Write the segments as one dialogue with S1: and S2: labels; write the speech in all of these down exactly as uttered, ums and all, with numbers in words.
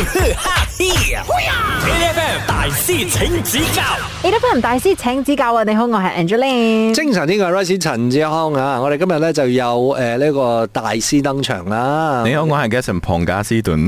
S1: ，A F M 大師請指教
S2: ，A F M 大師請指教啊！你好，我係 Angeline。
S3: 精神呢個 Rice 陳志康啊，我哋今日咧就有誒呢個大師登場啦。
S4: 你好，我係 Gaston 龐加斯頓。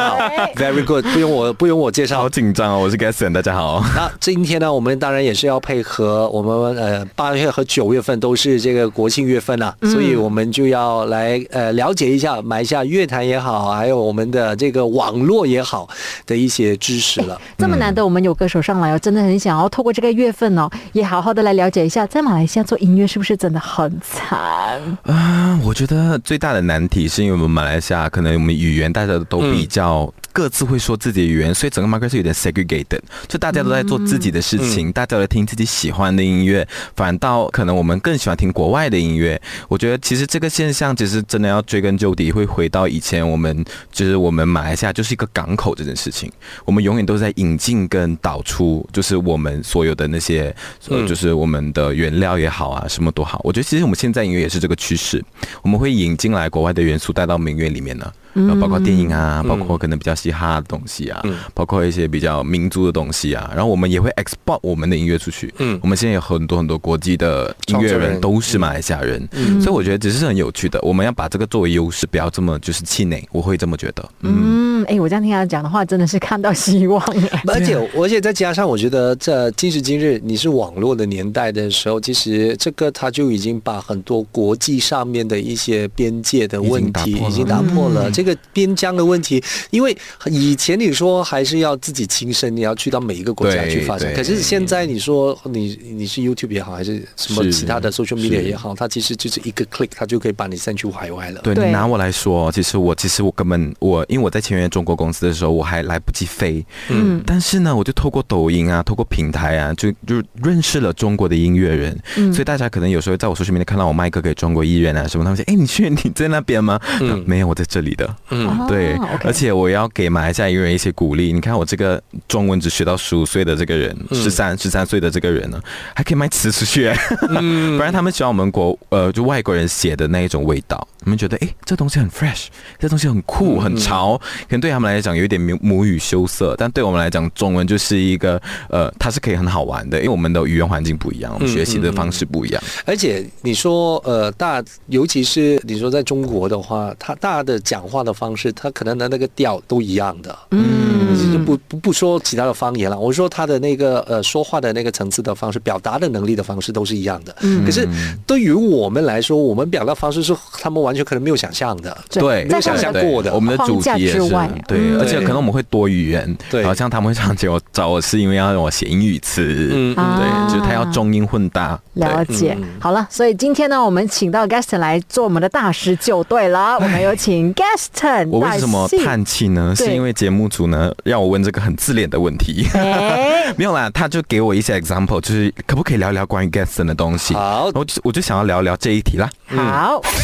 S3: Very good， 不用我不用我介紹。
S4: 好緊張哦，我是 Gaston， 大家好。
S3: 那今天呢，我們當然也是要配合我們呃八月和九月份都是這個國慶月份啊，嗯、所以我們就要來呃了解一下馬來西亞樂壇也好，還有我們的這個網絡也好的一些知識了。
S2: 這麼難得我們有歌手上來，我真的很想要透過這個月份哦，也好好的來了解一下，在馬來西亞做音樂是不是真的很慘啊、
S4: 呃？我覺得最大的難題是因為我們馬來西亞可能我們語言大家都比較各自會說自己的語言，所以整個 market 是有點 segregated， 就大家都在做自己的事情，嗯、大家都在聽自己喜歡的音樂，反倒可能我們更喜歡聽國外的音樂。我覺得其實這個現象其實真的要追根究底，會回到以前我們就是我們馬來西亞就是一個港口這件事情，我們永遠都在引進跟導出，就是我們所有的那些，呃，就是我們的原料也好啊，什麼都好。我覺得其實我們現在音樂也是這個趨勢，我們會引進來國外的元素帶到民樂裡面呢。包括電影啊，包括可能比較嘻哈的東西啊，包括一些比較民族的東西啊，然後我們也會 export 我們的音樂出去。嗯，我們現在有很多很多國際的音樂人都是馬來西亞人，嗯，所以我覺得只是很有趣的，我們要把這個作為優勢，不要這麼就是氣餒，我會這麼覺得。
S2: 嗯，哎、欸，我這樣聽他講的話，真的是看到希望耶。
S3: 而且而且再加上，我覺得這今時今日，你是網絡的年代的時候，其實這個它就已經把很多國際上面的一些邊界的問題已經打破了。這個邊疆的問題，因為以前你說還是要自己親身，你要去到每一個國家去發展。可是現在你說你你是 YouTube 也好，還是什麼其他的 social media 也好，它其實就是一個 click， 它就可以把你send去海外了。
S4: 對，你拿我來說，其實我其實我根本我因為我在簽約中國公司的時候，我還來不及飛。嗯，但是呢，我就透過抖音啊，透過平台啊，就就認識了中國的音樂人。嗯，所以大家可能有時候在我 social media 看到我賣歌給中國藝人啊什麼，他們說：“哎，你去你在那邊嗎？”嗯，沒有，我在這裡的。嗯。對，而且我要給馬來西亞音樂人一些鼓勵。你看我這個中文只學到十五歲的這個人，十三十三歲的這個人呢，還可以賣詞出去。嗯，不然他們喜歡我們國呃就外國人寫的那一種味道，他們覺得誒這東西很 fresh， 這東西很酷很潮，可能對他們來講有一點母語羞澀，但對我們來講中文就是一個呃它是可以很好玩的，因為我們的語言環境不一樣，我們學習的方式不一樣。
S3: 而且你說呃大，尤其是你說在中國的話，他大的講話的方式，他可能的那個調都一樣的，嗯，就不不不說其他的方言了。我說他的那個呃說話的那個層次的方式，表達的能力的方式都是一樣的。嗯，可是對於我們來說，我們表達方式是他們完全可能沒有想象的，
S4: 對，
S3: 沒有想象過的。
S4: 我們的主題也是，對，
S3: 嗯、
S4: 而且可能我們會多語言，對，好像他們會常請我找我是因為要讓我寫英語詞，嗯，對，就是他要中英混搭。
S2: 了解，嗯、好了，所以今天呢，我們請到 Gaston 來做我們的大師就對了，我們有請 Gaston。
S4: 我為什麼嘆氣呢？是因為節目組呢讓我問這個很自戀的問題。欸、沒有啦，他就給我一些 example， 就是可不可以聊聊關於 Gaston 的東西？好，我就我就想要聊聊這一題啦。
S2: 好。嗯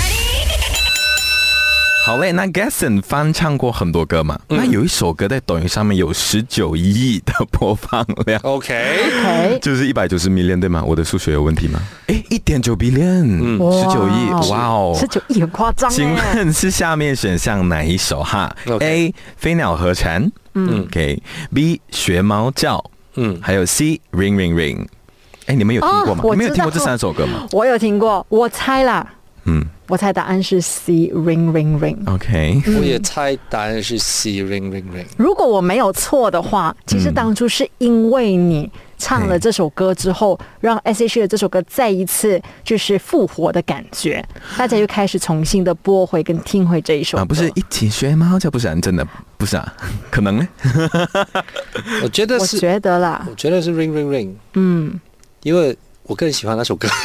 S4: 好嘞，那 Gaston 翻唱過很多歌嘛？嗯、那有一首歌在抖音上面有十九億的播放量
S3: ，OK，
S4: 就是一百九十 million 對嗎？我的數學有問題嗎？誒，一點九 billion， 十九億，哇哦，
S2: 十九億很誇張。
S4: 請問是下面選項哪一首哈
S3: ？A.
S4: 飛鳥和蟬，嗯 ，OK，B. 學貓叫，嗯，還有 C. Ring Ring Ring。哎，你們有聽過嗎？哦、你們有聽過這三首歌嗎？
S2: 我有聽過，我猜啦。嗯，我猜答案是 C Ring Ring Ring。OK，
S3: 我也猜答案是 C Ring Ring Ring。
S2: 如果我沒有錯的話，其實當初是因為你唱了這首歌之後，讓 S H E 的這首歌再一次就是復活的感覺，大家又開始重新的播回跟聽回這一首歌。啊，
S4: 不是一起學貓叫，不是真的，不是啊，可能呢？
S3: 我覺得是，
S2: 我覺得啦，
S3: 我覺得是 Ring Ring Ring。嗯，因為我更喜歡那首歌。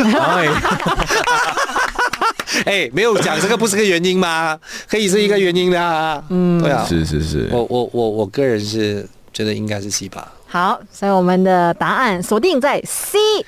S3: 哎、欸，沒有講這個不是個原因嗎？可以是一個原因的啊。嗯，對啊，
S4: 是是是。
S3: 我我我我個人是覺得應該是 C 吧。
S2: 好，所以我們的答案鎖定在 C。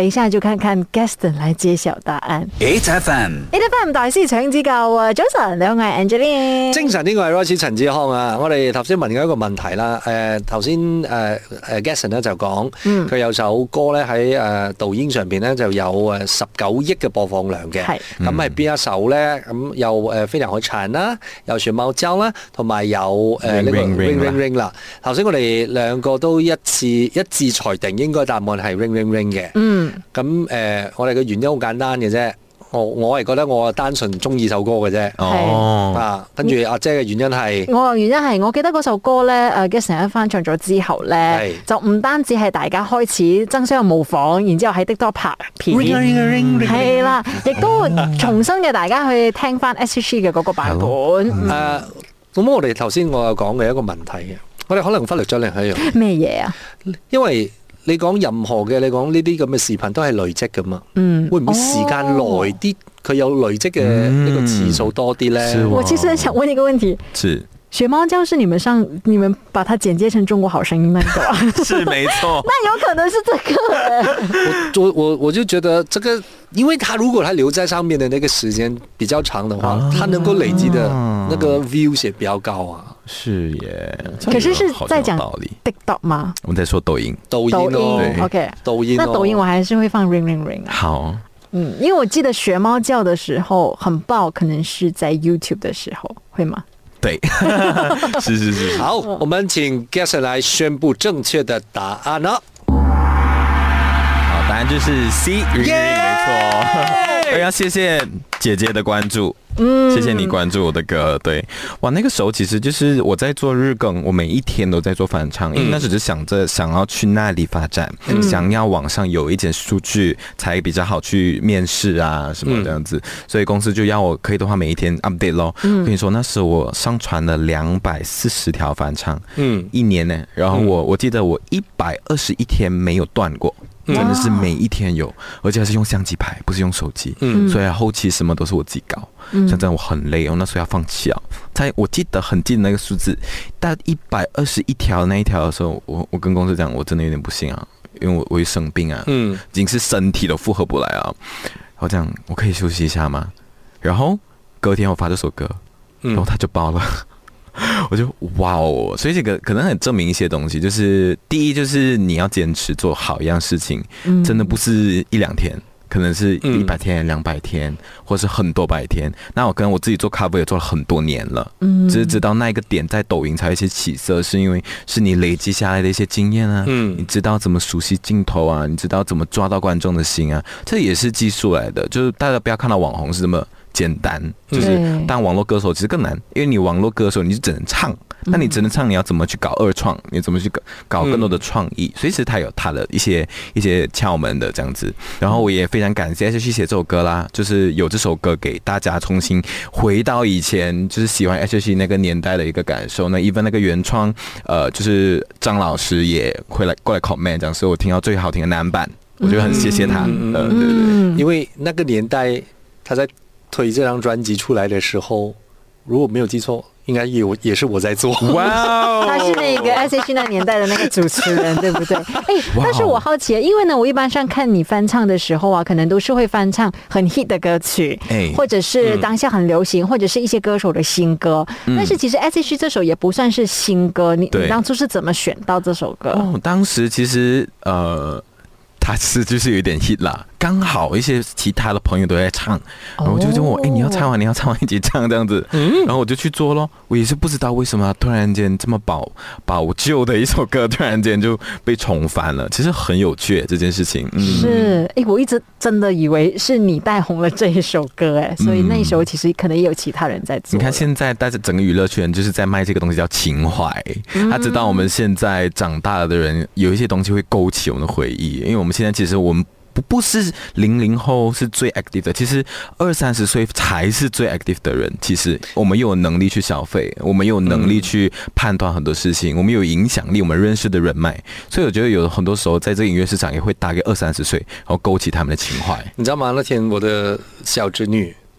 S2: 等一下就看看 Gaston 來揭曉答案。
S1: eight F M，eight
S2: F M 大師請指教啊！早晨，兩位 Angeline，
S3: 精神呢個係 Royce 陳志康啊！我哋頭先問咗一個問題啦，誒頭先誒誒 Gaston 咧就講，佢有首歌咧喺誒抖音上邊咧就有誒十九億嘅播放量嘅，咁係邊一首咧？咁有誒飛涼海殘啦，有雪貓膠啦，同埋有誒呢個 Ring Ring Ring 啦。頭先我哋兩個都一致一致裁定應該答案係 Ring Ring Ring 嘅。嗯，咁誒、呃，我哋嘅原因好簡單嘅啫。我我係覺得我單純中意首歌嘅啫。哦，啊，跟住阿姐嘅原因係，我嘅原因係，我記得嗰首歌咧，誒 Gaston 翻唱咗之後咧，就唔單止係大家開始爭相模仿，然之後喺 TikTok 拍片，係啦，亦都重新嘅大家去聽翻 S H E 嘅嗰個版本。誒、嗯，咁、啊、我哋頭先我有講嘅一個問題嘅，我哋可能忽略咗另一樣咩嘢啊？因為你講任何嘅，你講呢啲咁嘅視頻都係累積噶嘛？嗯，會唔會時間耐啲，佢、哦、有累積嘅呢個次數多啲咧、嗯？我其實想問一個問題，是雪貓膠是你們上你們把它剪接成中國好聲音那個、啊？是沒錯，那有可能是這個、欸。我我我就覺得這個，因為他如果他留在上面的那個時間比較長的話，啊、他能夠累積的那個 views 也比較高啊。是耶，可是是在講 TikTok 嗎？我們在說抖音，抖音哦 ，OK， 抖音、哦。那抖音我還是會放 Ring Ring Ring、啊。好，嗯，因為我記得學貓叫的時候很爆，可能是在 YouTube 的時候，會嗎？對，是是是。好，我們請 Gaston 來宣布正確的答案呢。好，答案就是 C， Ring Ring， 沒錯。要謝謝姐姐的關注。嗯，謝謝你關注我的歌。對，哇，那個時候其實就是我在做日更，我每一天都在做翻唱，因為那時就想着想要去那裡發展，嗯、想要網上有一點數據才比較好去面試啊什麼這樣子，嗯、所以公司就要我可以的話每一天 update 咯。嗯、我跟你說，那時候我上傳了兩百四十條翻唱，嗯，一年呢，然後我我記得我一百二十一天沒有斷過。真的是每一天有，而且還是用相機拍，不是用手機。嗯，所以後期什麼都是我自己搞。嗯，像這樣我很累，我那時候要放棄啊。在我記得很記得那個數字，大概一百二十一條那一條的時候，我我跟公司講，我真的有點不行啊，因為我我會生病啊，嗯，已經是身體都負荷不來啊。我講我可以休息一下嗎？然後隔天我發這首歌，然後他就爆了。我就哇哦，所以這個可能很證明一些東西，就是第一就是你要堅持做好一樣事情，嗯、真的不是一兩天，可能是一百天、兩百天，或是很多百天。那我跟我自己做 cover 也做了很多年了，嗯，只是直到那一個點在抖音才有一些起色，是因為是你累積下來的一些經驗啊，嗯，你知道怎麼熟悉鏡頭啊，你知道怎麼抓到觀眾的心啊，這也是技術來的，就是大家不要看到網紅是這麼簡單，就是當網絡歌手其實更難，因為你網絡歌手你就只能唱，那你只能唱，你要怎麼去搞二創，你怎麼去搞搞更多的創意，所以其實它有它的一些一些竅門的這樣子。然後我也非常感謝 S H E 寫這首歌啦，就是有這首歌給大家重新回到以前，就是喜歡 S H E 那個年代的一個感受。那 even 那個原創，呃，就是張老師也會來過來 comment，這樣，所以我聽到最好聽的男版，我覺得很謝謝他。嗯，呃，對對對，因為那個年代他在推這張專輯出來的時候，如果沒有記錯，應該也也是我在做。哇，他是那個 S H E 那年代的那個主持人，對不對？哎，但是我好奇，因為呢，我一般上看你翻唱的時候啊，可能都是會翻唱很 hit 的歌曲，哎，或者是當下很流行，嗯、或者是一些歌手的新歌。嗯、但是其實 S H E 這首也不算是新歌，你你當初是怎麼選到這首歌？哦，當時其實呃，他是就是有一點 hit 啦。剛好一些其他的朋友都在唱，然後我就問我，哎、欸，你要唱完，你要唱完一起唱這樣子，然後我就去做咯。我也是不知道為什麼突然間這麼保保舊的一首歌，突然間就被重翻了。其實很有趣這件事情。嗯、是，哎、欸，我一直真的以為是你帶紅了這一首歌，哎，所以那時候其實可能也有其他人在做。你看現在大家整個娛樂圈就是在賣這個東西叫情懷，他知道我們現在長大了的人有一些東西會勾起我們的回憶，因為我們現在其實我們。不不是零零後是最 active 的，其實二三十歲才是最 active 的人。其實我們又有能力去消費，我們又有能力去判斷很多事情，我們有影響力，我們認識的人脈。所以我覺得有很多時候在這個音樂市場也會打給二三十歲，然後勾起他們的情懷。你知道嗎？那天我的小侄女。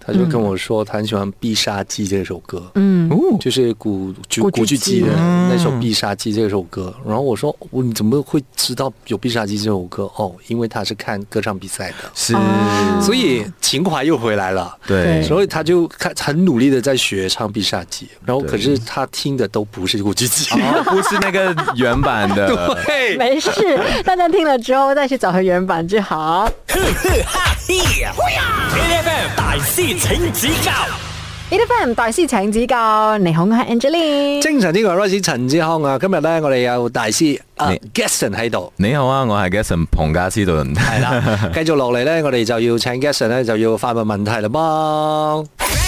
S3: 他就跟我说他很喜欢《必杀技》这首歌，
S2: 嗯，
S3: 就是古古古巨基的那首《必杀技》这首歌。然后我说我你怎么会知道有《必杀技》这首歌？哦，因为他是看歌唱比赛的，
S4: 是，
S3: 所以情怀又回来了。
S4: 对，
S3: 所以他就看很努力的在学唱《必杀技》，然后可是他听的都不是古巨基，
S4: 哦，不是那个原版的。
S3: 对，
S2: 没事，大家听了之后再去找回原版就好。
S1: 呵呵哈嘿呀！A F M 大師請指教
S2: A F M 大師請指教，你好，我係 Angeline。
S3: 精神呢個 Royce 陳志康啊，今日咧我哋有大師啊 Gaston 喺度。
S4: 你好啊，我係 Gaston 彭家思頓。
S3: 係啦，繼續落嚟咧，我哋就要請 Gaston 咧就要發問問題啦噃。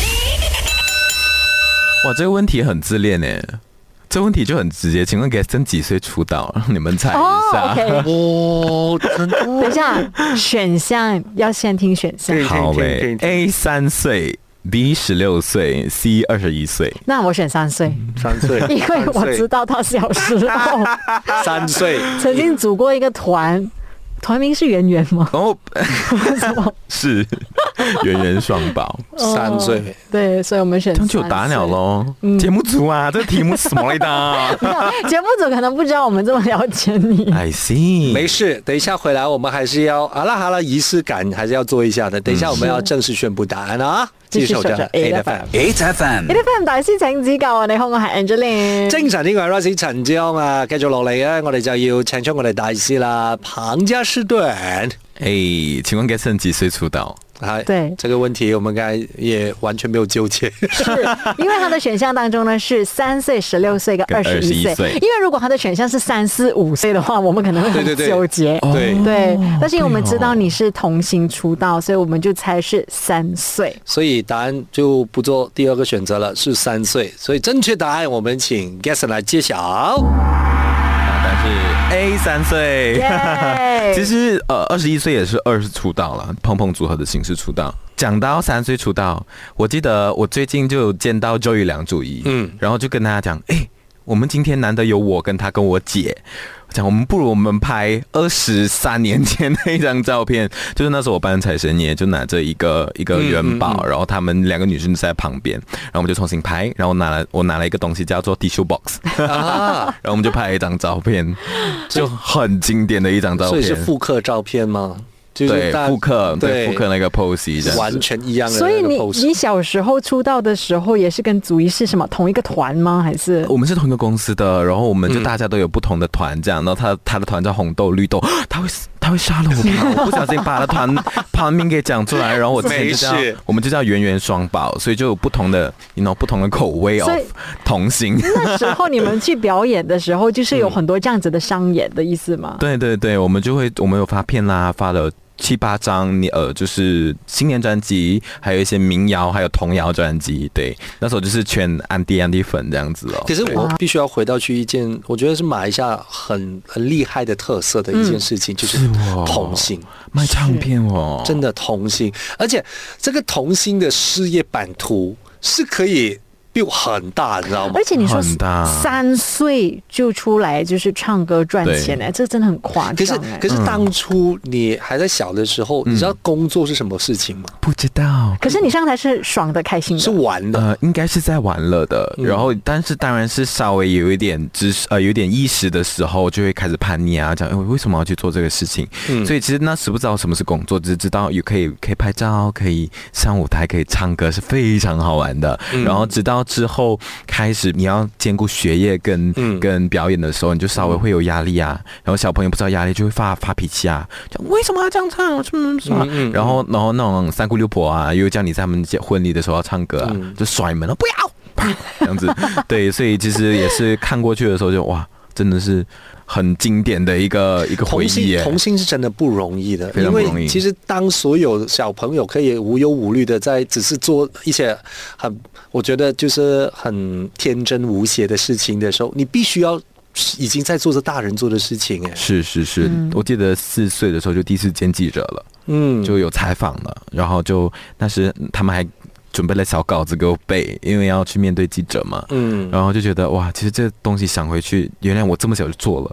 S4: 哇，這個問題很自戀誒。這問題就很直接，請問 Gaston 幾歲出道？讓你們猜一下。
S2: 哦 ，OK。
S3: 哦，真的。
S2: 等一下，選項要先聽選項。
S4: 好唄 ，A 三歲 ，B 十六歲 ，C 二十一歲。
S2: 那我選三歲。
S3: 三歲，
S2: 因為我知道他小時候
S3: 三歲
S2: 曾經組過一個團。團名是圓圓嗎？
S4: 哦，是圓圓雙寶，
S3: 三歲。
S2: 對，所以我們選。這
S4: 樣就有答了咯。節目組啊，這個題目是什麼來的？
S2: 節目組可能不知道我們這麼了解你。
S4: I see，
S3: 沒事，等一下回來我們還是要好啦好啦，儀式感還是要做一下的。等一下我們要正式宣布答案啊！繼續守着 A F M，A F M，A
S2: F M 大師請指教啊！你好，我係 Angeline。
S3: 精神呢個係 Royce 陳志康啊，繼續落嚟咧，我哋就要請出我哋大師啦，彭家思頓。
S4: 哎，請問 Gaston 幾歲出道？
S2: 對
S3: 這個問題，我們剛才也完全沒有糾結。
S2: 是因為他的選項當中呢是三歲、十六歲跟二十一歲。因為如果他的選項是三四五歲的話，我們可能會很糾結。
S3: 對
S2: 對，但是因為我們知道你是童星出道，所以我們就猜是三歲。
S3: 所以答案就不做第二個選擇了，是三歲。所以正確答案，我們請 Gaston 來揭曉。
S4: 是 A 三歲，
S2: Yeah
S4: 其實呃二十一歲也是二十出道了，碰碰組合的形式出道。講到三歲出道，我記得我最近就見到 Joey 梁祖儀，嗯，然後就跟大家講，哎，我們今天難得有我跟他跟我姐。講我們不如我們拍二十三年前那一張照片，就是那時候我辦財神爺，就拿着一個一個元寶，然後他們兩個女生就在旁邊，然後我們就重新拍，然後拿了我拿了一個東西叫做 tissue box，啊，然後我們就拍了一張照片，就很經典的一張照片。
S3: 所以是復刻照片嗎？
S4: 對，復刻，對，復刻那個 pose，
S3: 完全一樣的。
S2: 所以你你小時候出道的時候，也是跟祖儀是什麼同一個團嗎？還是
S4: 我們是同一個公司的，然後我們就大家都有不同的團，這樣。然後他他的團叫紅豆綠豆，他會他會殺了我吧？我不小心把他團團名給講出來，然後我之前就叫我們就叫圓圓雙寶，所以就有不同的，you know，不同的口味哦，童星。
S2: 那時候你們去表演的時候，就是有很多這樣子的商演的意思嗎？
S4: 對對對，我們就會我們有發片啦，發了七八張，你呃，就是新年專輯，還有一些民謠，還有童謠專輯。對，那時候就是全安迪安迪粉這樣子哦。
S3: 可是我必須要回到去一件，我覺得是馬來西亞很很厲害的特色的一件事情，嗯、就是童星
S4: 賣唱片哦，
S3: 真的童星，而且這個童星的事業版圖是可以build很大，你知道嗎？
S2: 而且你說三歲就出來就是唱歌賺錢呢，這真的很誇張。
S3: 可是可是當初你還在小的時候，嗯、你知道工作是什麼事情嗎？
S4: 不知道。
S2: 可是你上台是爽的、開心的，
S3: 是玩的，
S4: 呃，應該是在玩樂的。然後，但是當然是稍微有一點知識，呃，有點意識的時候，就會開始叛逆啊，講，欸，為什麼要去做這個事情？嗯、所以其實那時不知道什麼是工作，只是知道有可以可以拍照，可以上舞台，可以唱歌，是非常好玩的。嗯、然後直到之後開始你要兼顧學業跟、嗯、跟表演的時候，你就稍微會有壓力啊。然後小朋友不知道壓力就會發發脾氣啊，講為什麼要這樣唱什麼什麼、嗯嗯、然後然後那種三姑六婆啊，又叫你在他們婚禮的時候要唱歌啊，嗯、就甩門了，不要啪這樣子。對，所以其實也是看過去的時候就哇，真的是很經典的一個一個回憶耶。
S3: 童星是真的不容易的，
S4: 非常不容易。
S3: 因為其實當所有小朋友可以無憂無慮的在只是做一些很我覺得就是很天真無邪的事情的時候，你必須要已經在做着大人做的事情。
S4: 是是是、嗯、我記得四歲的時候就第一次見記者了，嗯，就有採訪了，然後就那時他們還準備了小稿子給我背，因為要去面對記者嘛，嗯，然後就覺得哇，其實這東西想回去，原來我這麼小就做了，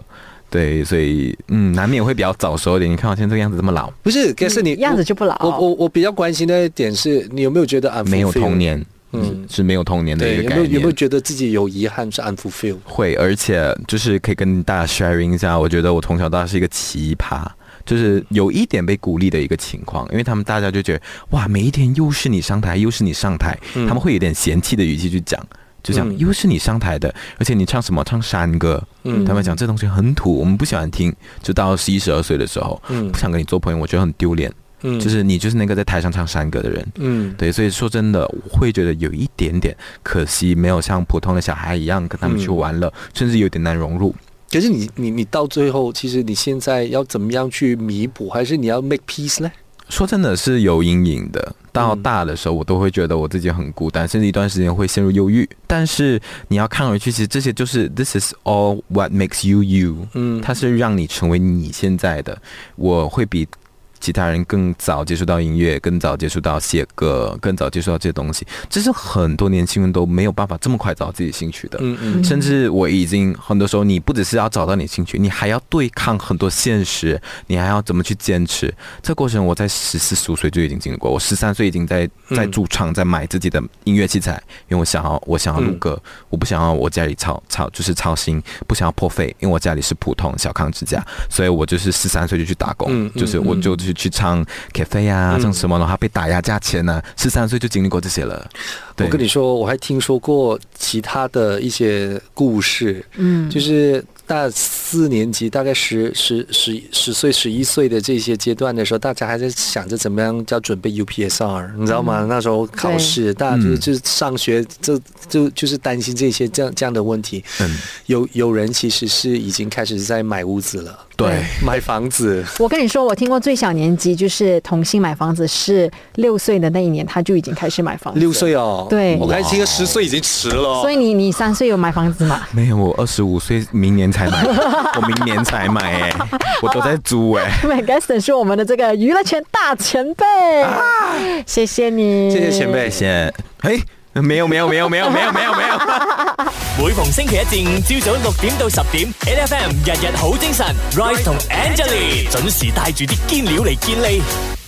S4: 对，所以嗯，难免会比较早熟一点。你看我现在这个样子这么老，
S3: 不是，可是你
S2: 样子就不老。
S3: 我我我比较关心的一点是，你有没有觉得 unfulfilled
S4: 没有童年？嗯，是没有童年的一个概念。
S3: 有没有有没有觉得自己有遗憾是 unfulfilled？
S4: 会，而且就是可以跟大家 sharing 一下，我觉得我从小到大是一个奇葩。就是有一点被鼓励的一个情况，因为他们大家就觉得哇，每一天又是你上台，又是你上台，嗯、他们会有点嫌弃的语气去讲，就讲、嗯、又是你上台的，而且你唱什么唱山歌，嗯，他们讲这东西很土，我们不喜欢听。就到十一十二岁的时候，嗯，不想跟你做朋友，我觉得很丢脸。嗯，就是你就是那个在台上唱山歌的人，嗯，对，所以说真的，我会觉得有一点点可惜，没有像普通的小孩一样跟他们去玩了，嗯、甚至有点难融入。
S3: 可是你你你到最后，其实你现在要怎么样去弥补，还是你要 make peace 呢？
S4: 说真的是有阴影的。到大的时候，我都会觉得我自己很孤单，甚至一段时间会陷入忧郁。但是你要看回去，其实这些就是 This is all what makes you you。嗯，它是让你成为你现在的。我会比其他人更早接触到音乐，更早接触到写歌，更早接触到这些东西，这是很多年轻人都没有办法这么快找到自己兴趣的。嗯嗯，甚至我已经很多时候，你不只是要找到你兴趣，你还要对抗很多现实，你还要怎么去坚持。这过程我在十四、十五岁就已经经历过，我十三岁已经在在驻唱，在买自己的音乐器材，因为我想要我想要录歌，嗯、我不想要我家里操操就是操心，不想要破费，因为我家里是普通小康之家，所以我就是十三岁就去打工，嗯、就是我就去。去唱 cafe 啊，唱什么的话被打压价钱啊，十三岁就经历过这些了。
S3: 我跟你说，我还听说过其他的一些故事，嗯，就是大四年级，大概十十十十岁、十一岁的这些阶段的时候，大家还在想着怎么样要准备 U P S R， 你知道吗？嗯、那时候考试，大家就就上学，就就就是担心这些这样这样的问题。嗯，有有人其实是已经开始在买屋子了。
S4: 对，
S3: 买房子。
S2: 我跟你说，我听过最小年纪就是同性买房子是六岁的那一年，他就已经开始买房子。
S3: 六岁哦，
S2: 对，
S3: 我刚才听个十岁已经迟了。
S2: 所以你你三岁有买房子吗？
S4: 没有，我二十五岁明年才买，我明年才买哎、欸，我都在租哎、欸。
S2: Gaston 是我们的这个娱樂圈大前輩，啊、謝謝你，
S3: 謝謝前輩，
S4: 謝謝。嘿。沒有沒有沒有沒有沒有沒有沒有。
S1: 每逢星期一至五朝早六點到十點 ，N F M 日日好精神 ，Rise 同 Angelie 準時帶住啲堅料嚟健利。